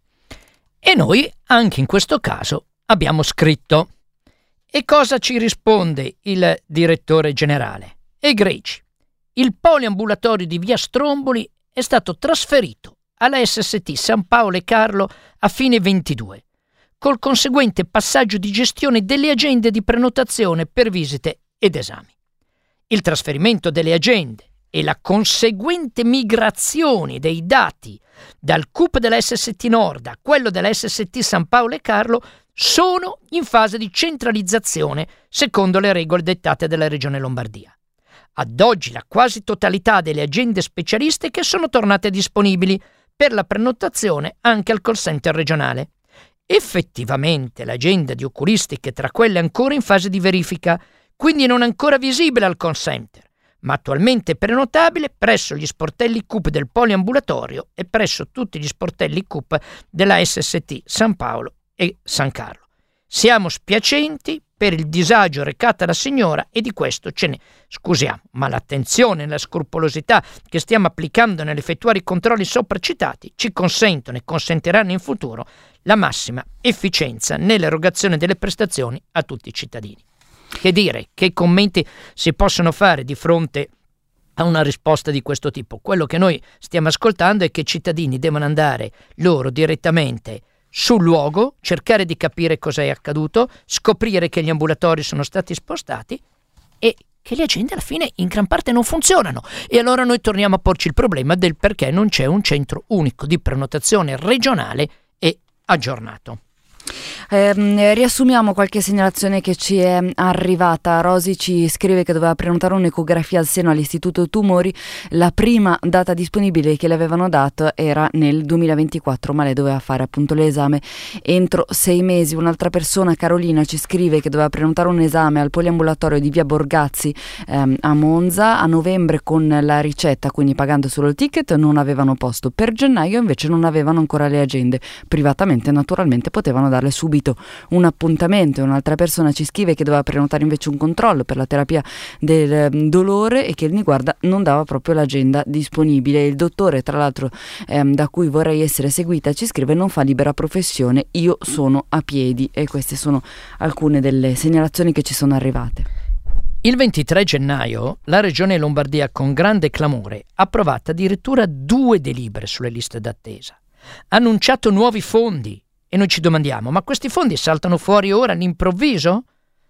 E noi anche in questo caso abbiamo scritto. E cosa ci risponde il direttore generale? Egregi. Il poliambulatorio di via Stromboli è stato trasferito alla S S T San Paolo e Carlo a fine ventidue, col conseguente passaggio di gestione delle agende di prenotazione per visite ed esami. Il trasferimento delle agende e la conseguente migrazione dei dati dal C U P della S S T Nord a quello della S S T San Paolo e Carlo sono in fase di centralizzazione secondo le regole dettate dalla Regione Lombardia. Ad oggi la quasi totalità delle agende specialistiche sono tornate disponibili per la prenotazione anche al call center regionale. Effettivamente l'agenda di oculistiche tra quelle ancora in fase di verifica, quindi non ancora visibile al call center, ma attualmente prenotabile presso gli sportelli C U P del poliambulatorio e presso tutti gli sportelli C U P della S S T San Paolo e San Carlo. Siamo spiacenti per il disagio recato alla signora e di questo ce ne scusiamo, ma l'attenzione e la scrupolosità che stiamo applicando nell'effettuare i controlli sopracitati ci consentono e consentiranno in futuro la massima efficienza nell'erogazione delle prestazioni a tutti i cittadini. Che dire, che commenti si possono fare di fronte a una risposta di questo tipo? Quello che noi stiamo ascoltando è che i cittadini devono andare loro direttamente sul luogo, cercare di capire cosa è accaduto, scoprire che gli ambulatori sono stati spostati e che le agende alla fine in gran parte non funzionano. E allora noi torniamo a porci il problema del perché non c'è un centro unico di prenotazione regionale e aggiornato. Eh, riassumiamo qualche segnalazione che ci è arrivata. Rosi ci scrive che doveva prenotare un'ecografia al seno all'Istituto Tumori. La prima data disponibile che le avevano dato era nel duemilaventiquattro, ma lei doveva fare appunto l'esame entro sei mesi. Un'altra persona, Carolina, ci scrive che doveva prenotare un esame al poliambulatorio di via Borgazzi ehm, a Monza a novembre con la ricetta, quindi pagando solo il ticket. Non avevano posto per gennaio, invece non avevano ancora le agende. Privatamente naturalmente potevano darle subito un appuntamento. Un'altra persona ci scrive che doveva prenotare invece un controllo per la terapia del dolore e che il Niguarda non dava proprio l'agenda disponibile. Il dottore, tra l'altro, ehm, da cui vorrei essere seguita, ci scrive: non fa libera professione, io sono a piedi. E queste sono alcune delle segnalazioni che ci sono arrivate. Il ventitré gennaio la Regione Lombardia, con grande clamore, ha approvato addirittura due delibere sulle liste d'attesa. Ha annunciato nuovi fondi. E noi ci domandiamo, ma questi fondi saltano fuori ora all'improvviso?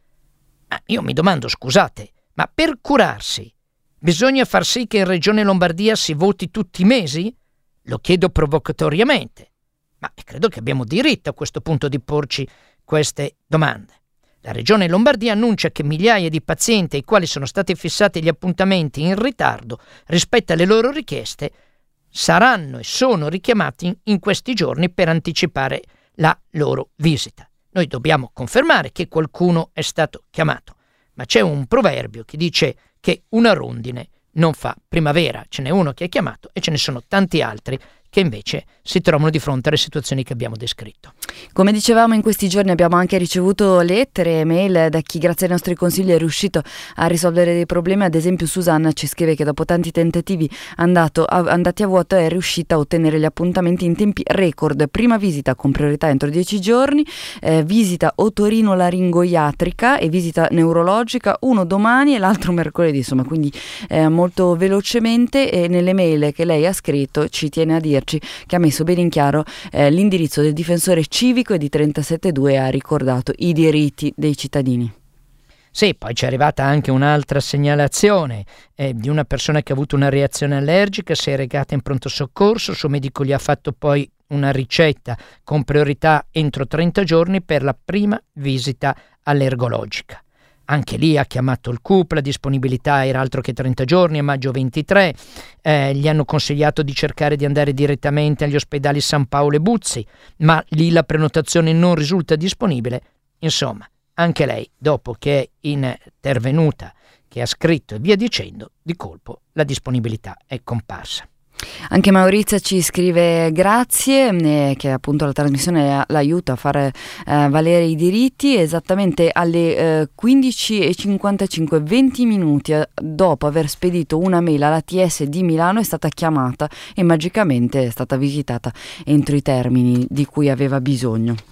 Ah, io mi domando, scusate, ma per curarsi bisogna far sì che in Regione Lombardia si voti tutti i mesi? Lo chiedo provocatoriamente, ma credo che abbiamo diritto a questo punto di porci queste domande. La Regione Lombardia annuncia che migliaia di pazienti ai quali sono stati fissati gli appuntamenti in ritardo rispetto alle loro richieste saranno e sono richiamati in questi giorni per anticipare la loro visita. Noi dobbiamo confermare che qualcuno è stato chiamato, ma c'è un proverbio che dice che una rondine non fa primavera. Ce n'è uno che è chiamato e ce ne sono tanti altri che invece si trovano di fronte alle situazioni che abbiamo descritto. Come dicevamo, in questi giorni abbiamo anche ricevuto lettere e mail da chi grazie ai nostri consigli è riuscito a risolvere dei problemi. Ad esempio Susanna ci scrive che dopo tanti tentativi andato a, andati a vuoto è riuscita a ottenere gli appuntamenti in tempi record. Prima visita con priorità entro dieci giorni, eh, visita otorino-laringoiatrica e visita neurologica, uno domani e l'altro mercoledì, insomma, quindi eh, molto velocemente. E nelle mail che lei ha scritto ci tiene a dirci che ha messo bene in chiaro eh, l'indirizzo del difensore civico e di trentasette due ha ricordato i diritti dei cittadini. Sì, poi ci è arrivata anche un'altra segnalazione eh, di una persona che ha avuto una reazione allergica, si è recata in pronto soccorso, il suo medico gli ha fatto poi una ricetta con priorità entro trenta giorni per la prima visita allergologica. Anche lì ha chiamato il C U P, la disponibilità era altro che trenta giorni, a maggio ventitré, eh, gli hanno consigliato di cercare di andare direttamente agli ospedali San Paolo e Buzzi, ma lì la prenotazione non risulta disponibile. Insomma, anche lei, dopo che è intervenuta, che ha scritto e via dicendo, di colpo la disponibilità è comparsa. Anche Maurizia ci scrive grazie, eh, che appunto la trasmissione l'aiuta a fare eh, valere i diritti. Esattamente alle eh, quindici e cinquantacinque, venti minuti eh, dopo aver spedito una mail all'A T S di Milano è stata chiamata e magicamente è stata visitata entro i termini di cui aveva bisogno.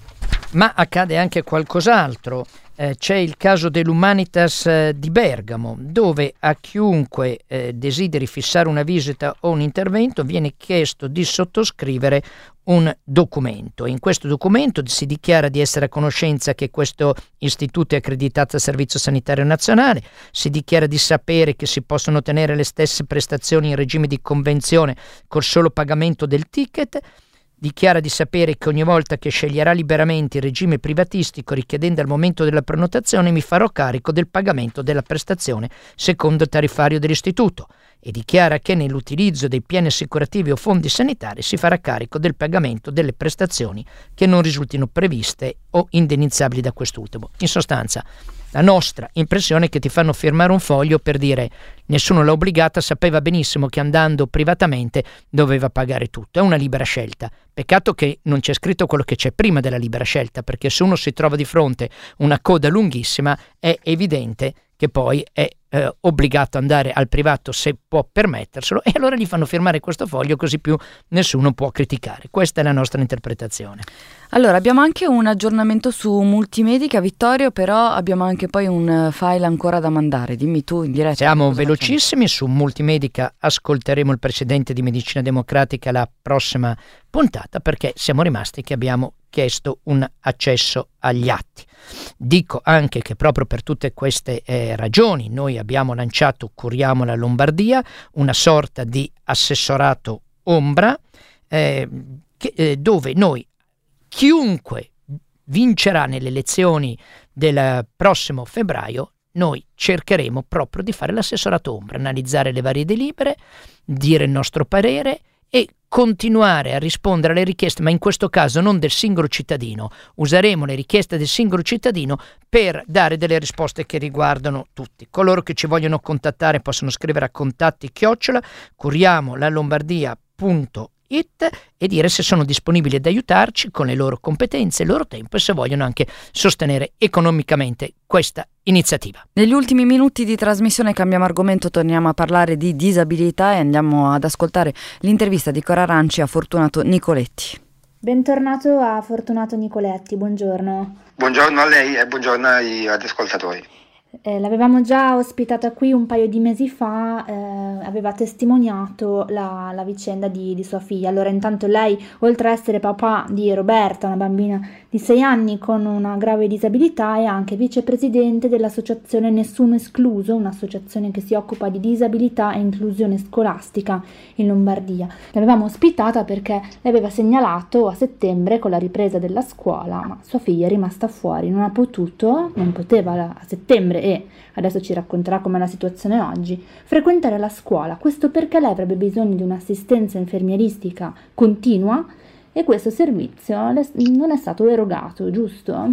Ma accade anche qualcos'altro. Eh, c'è il caso dell'Humanitas eh, di Bergamo, dove a chiunque eh, desideri fissare una visita o un intervento viene chiesto di sottoscrivere un documento. In questo documento si dichiara di essere a conoscenza che questo istituto è accreditato al Servizio Sanitario Nazionale, si dichiara di sapere che si possono ottenere le stesse prestazioni in regime di convenzione col solo pagamento del ticket, dichiara di sapere che ogni volta che sceglierà liberamente il regime privatistico richiedendo al momento della prenotazione mi farò carico del pagamento della prestazione secondo il tariffario dell'istituto, e dichiara che nell'utilizzo dei piani assicurativi o fondi sanitari si farà carico del pagamento delle prestazioni che non risultino previste o indennizzabili da quest'ultimo. In sostanza, la nostra impressione è che ti fanno firmare un foglio per dire nessuno l'ha obbligata, sapeva benissimo che andando privatamente doveva pagare tutto. È una libera scelta. Peccato che non c'è scritto quello che c'è prima della libera scelta, perché se uno si trova di fronte una coda lunghissima è evidente che poi è eh, obbligato ad andare al privato se può permetterselo, e allora gli fanno firmare questo foglio così più nessuno può criticare. Questa è la nostra interpretazione. Allora, abbiamo anche un aggiornamento su Multimedica, Vittorio, però abbiamo anche poi un file ancora da mandare. Dimmi tu in diretta. Siamo velocissimi su Multimedica, ascolteremo il presidente di Medicina Democratica la prossima puntata, perché siamo rimasti che abbiamo chiesto un accesso agli atti. Dico anche che proprio per tutte queste eh, ragioni noi abbiamo lanciato Curiamo la Lombardia, una sorta di assessorato ombra eh, che, eh, dove noi, chiunque vincerà nelle elezioni del prossimo febbraio, noi cercheremo proprio di fare l'assessorato ombra, analizzare le varie delibere, dire il nostro parere e continuare a rispondere alle richieste, ma in questo caso non del singolo cittadino. Useremo le richieste del singolo cittadino per dare delle risposte che riguardano tutti. Coloro che ci vogliono contattare possono scrivere a contatti chiocciola curiamo la lombardia punto it e dire se sono disponibili ad aiutarci con le loro competenze, il loro tempo, e se vogliono anche sostenere economicamente questa iniziativa. Negli ultimi minuti di trasmissione cambiamo argomento, torniamo a parlare di disabilità e andiamo ad ascoltare l'intervista di Cora Aranci a Fortunato Nicoletti. Bentornato a Fortunato Nicoletti, buongiorno. Buongiorno a lei e buongiorno agli ascoltatori. Eh, l'avevamo già ospitata qui un paio di mesi fa, eh, aveva testimoniato la, la vicenda di, di sua figlia. Allora, intanto lei, oltre a essere papà di Roberta, una bambina di sei anni con una grave disabilità, è anche vicepresidente dell'associazione Nessuno Escluso, un'associazione che si occupa di disabilità e inclusione scolastica in Lombardia. L'avevamo ospitata perché le aveva segnalato a settembre, con la ripresa della scuola, ma sua figlia è rimasta fuori, non ha potuto, non poteva a settembre, e adesso ci racconterà com'è la situazione oggi, frequentare la scuola. Questo perché lei avrebbe bisogno di un'assistenza infermieristica continua e questo servizio non è stato erogato, giusto?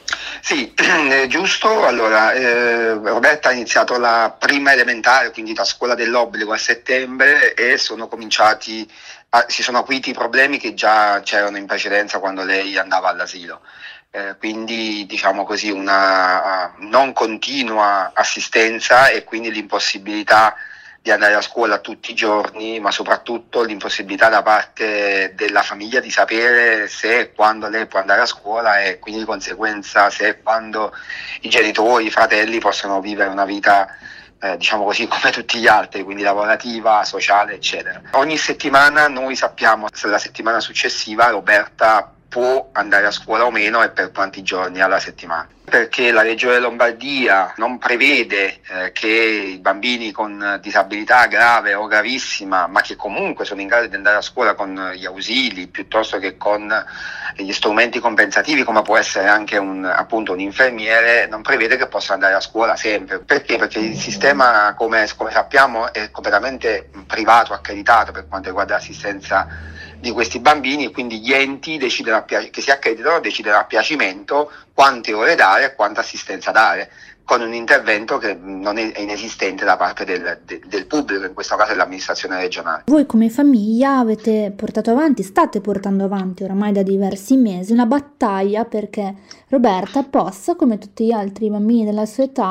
Sì, è giusto. Allora, eh, Roberta ha iniziato la prima elementare, quindi la scuola dell'obbligo, a settembre, e sono cominciati, a, si sono acuiti i problemi che già c'erano in precedenza quando lei andava all'asilo. Eh, quindi diciamo così una uh, non continua assistenza e quindi l'impossibilità di andare a scuola tutti i giorni, ma soprattutto l'impossibilità da parte della famiglia di sapere se e quando lei può andare a scuola e quindi di conseguenza se e quando i genitori, i fratelli possono vivere una vita eh, diciamo così come tutti gli altri, quindi lavorativa, sociale, eccetera. Ogni settimana noi sappiamo se la settimana successiva Roberta può andare a scuola o meno e per quanti giorni alla settimana. Perché la Regione Lombardia non prevede eh, che i bambini con disabilità grave o gravissima, ma che comunque sono in grado di andare a scuola con gli ausili piuttosto che con gli strumenti compensativi, come può essere anche un, appunto un infermiere, non prevede che possano andare a scuola sempre. Perché? Perché il sistema, come, come sappiamo, è completamente privato, accreditato per quanto riguarda l'assistenza di questi bambini, e quindi gli enti decidono a piac- che si accreditano decidono a piacimento quante ore dare e quanta assistenza dare, con un intervento che non è inesistente da parte del, de- del pubblico, in questo caso dell'amministrazione regionale. Voi come famiglia avete portato avanti, state portando avanti oramai da diversi mesi una battaglia perché Roberta possa, come tutti gli altri bambini della sua età,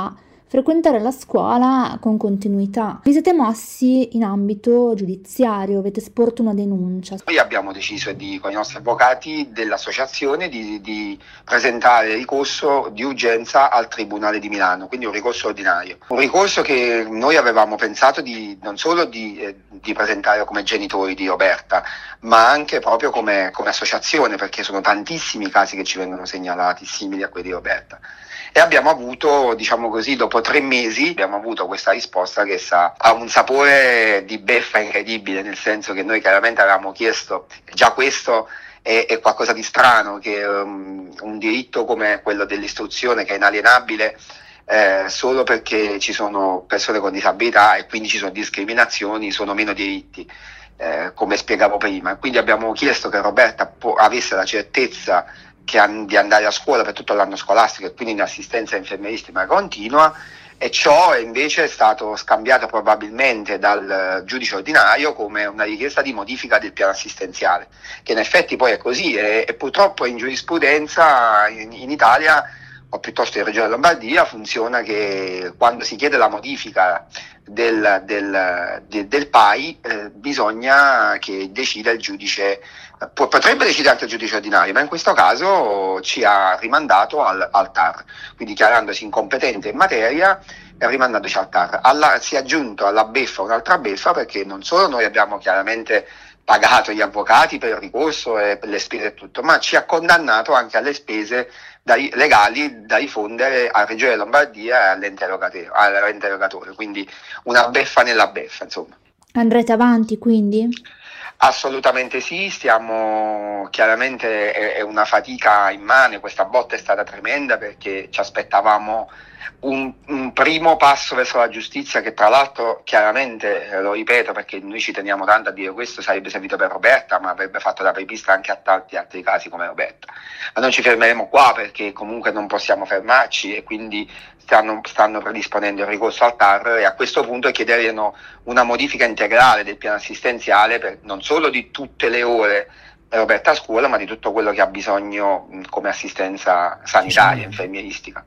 frequentare la scuola con continuità. Vi siete mossi in ambito giudiziario, avete sporto una denuncia. Noi abbiamo deciso di, con i nostri avvocati dell'associazione di, di presentare ricorso di urgenza al Tribunale di Milano, quindi un ricorso ordinario. Un ricorso che noi avevamo pensato di non solo di, eh, di presentare come genitori di Roberta, ma anche proprio come, come associazione, perché sono tantissimi i casi che ci vengono segnalati simili a quelli di Roberta. E abbiamo avuto, diciamo così, dopo tre mesi, abbiamo avuto questa risposta che sa, ha un sapore di beffa incredibile, nel senso che noi chiaramente avevamo chiesto, già questo è, è qualcosa di strano, che um, un diritto come quello dell'istruzione, che è inalienabile, eh, solo perché ci sono persone con disabilità e quindi ci sono discriminazioni, sono meno diritti, eh, come spiegavo prima. Quindi abbiamo chiesto che Roberta po- avesse la certezza che an- di andare a scuola per tutto l'anno scolastico e quindi in assistenza infermieristica continua, e ciò invece è stato scambiato probabilmente dal giudice ordinario come una richiesta di modifica del piano assistenziale, che in effetti poi è così, e, e purtroppo in giurisprudenza in, in Italia, o piuttosto in Regione Lombardia, funziona che quando si chiede la modifica del, del, del, del P A I eh, bisogna che decida il giudice. Potrebbe decidere anche il giudice ordinario, ma in questo caso ci ha rimandato al, al T A R, quindi dichiarandosi incompetente in materia e rimandandoci al T A R. Alla, si è aggiunto alla beffa un'altra beffa, perché non solo noi abbiamo chiaramente pagato gli avvocati per il ricorso e per le spese e tutto, ma ci ha condannato anche alle spese dai, legali da rifondere alla Regione Lombardia e all'interrogatore, all'interrogatore, quindi una beffa nella beffa, insomma. Andrete avanti quindi? Assolutamente sì, stiamo, chiaramente è, è una fatica immane, questa botta è stata tremenda perché ci aspettavamo un, un primo passo verso la giustizia che, tra l'altro, chiaramente, eh, lo ripeto perché noi ci teniamo tanto a dire questo, sarebbe servito per Roberta, ma avrebbe fatto da apripista anche a tanti altri casi come Roberta. Ma non ci fermeremo qua perché comunque non possiamo fermarci, e quindi stanno, stanno predisponendo il ricorso al T A R, e a questo punto chiederemo una modifica integrale del piano assistenziale, per, non solo di tutte le ore Roberta a scuola, ma di tutto quello che ha bisogno mh, come assistenza sanitaria, infermieristica.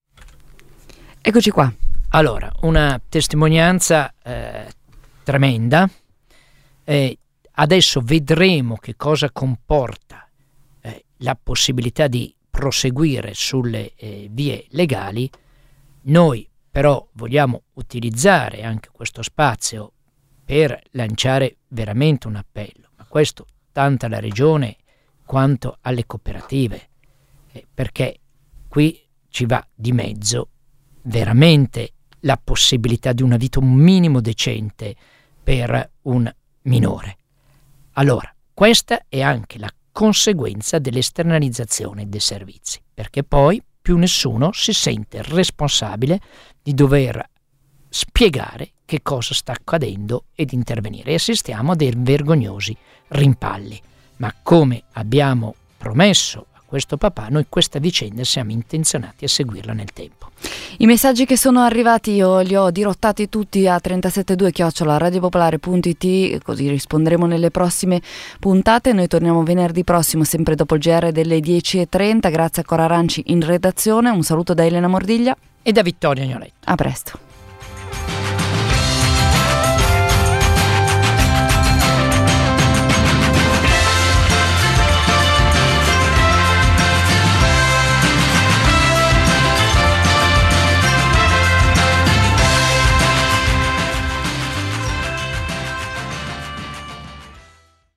Eccoci qua. Allora, una testimonianza eh, tremenda. Eh, adesso vedremo che cosa comporta eh, la possibilità di proseguire sulle eh, vie legali. Noi però vogliamo utilizzare anche questo spazio per lanciare veramente un appello, ma questo tanto alla Regione quanto alle cooperative, eh, perché qui ci va di mezzo veramente la possibilità di una vita un minimo decente per un minore. Allora, questa è anche la conseguenza dell'esternalizzazione dei servizi, perché poi più nessuno si sente responsabile di dover spiegare che cosa sta accadendo ed intervenire, e assistiamo a dei vergognosi rimpalli. Ma come abbiamo promesso a questo papà, noi questa vicenda siamo intenzionati a seguirla nel tempo. I messaggi che sono arrivati io li ho dirottati tutti a trentasettadue chiocciola radiopopolare punto it, così risponderemo nelle prossime puntate. Noi torniamo venerdì prossimo, sempre dopo il G R delle dieci e trenta. Grazie a Cora Aranci in redazione, un saluto da Elena Mordiglia e da Vittorio Agnoletto. A presto.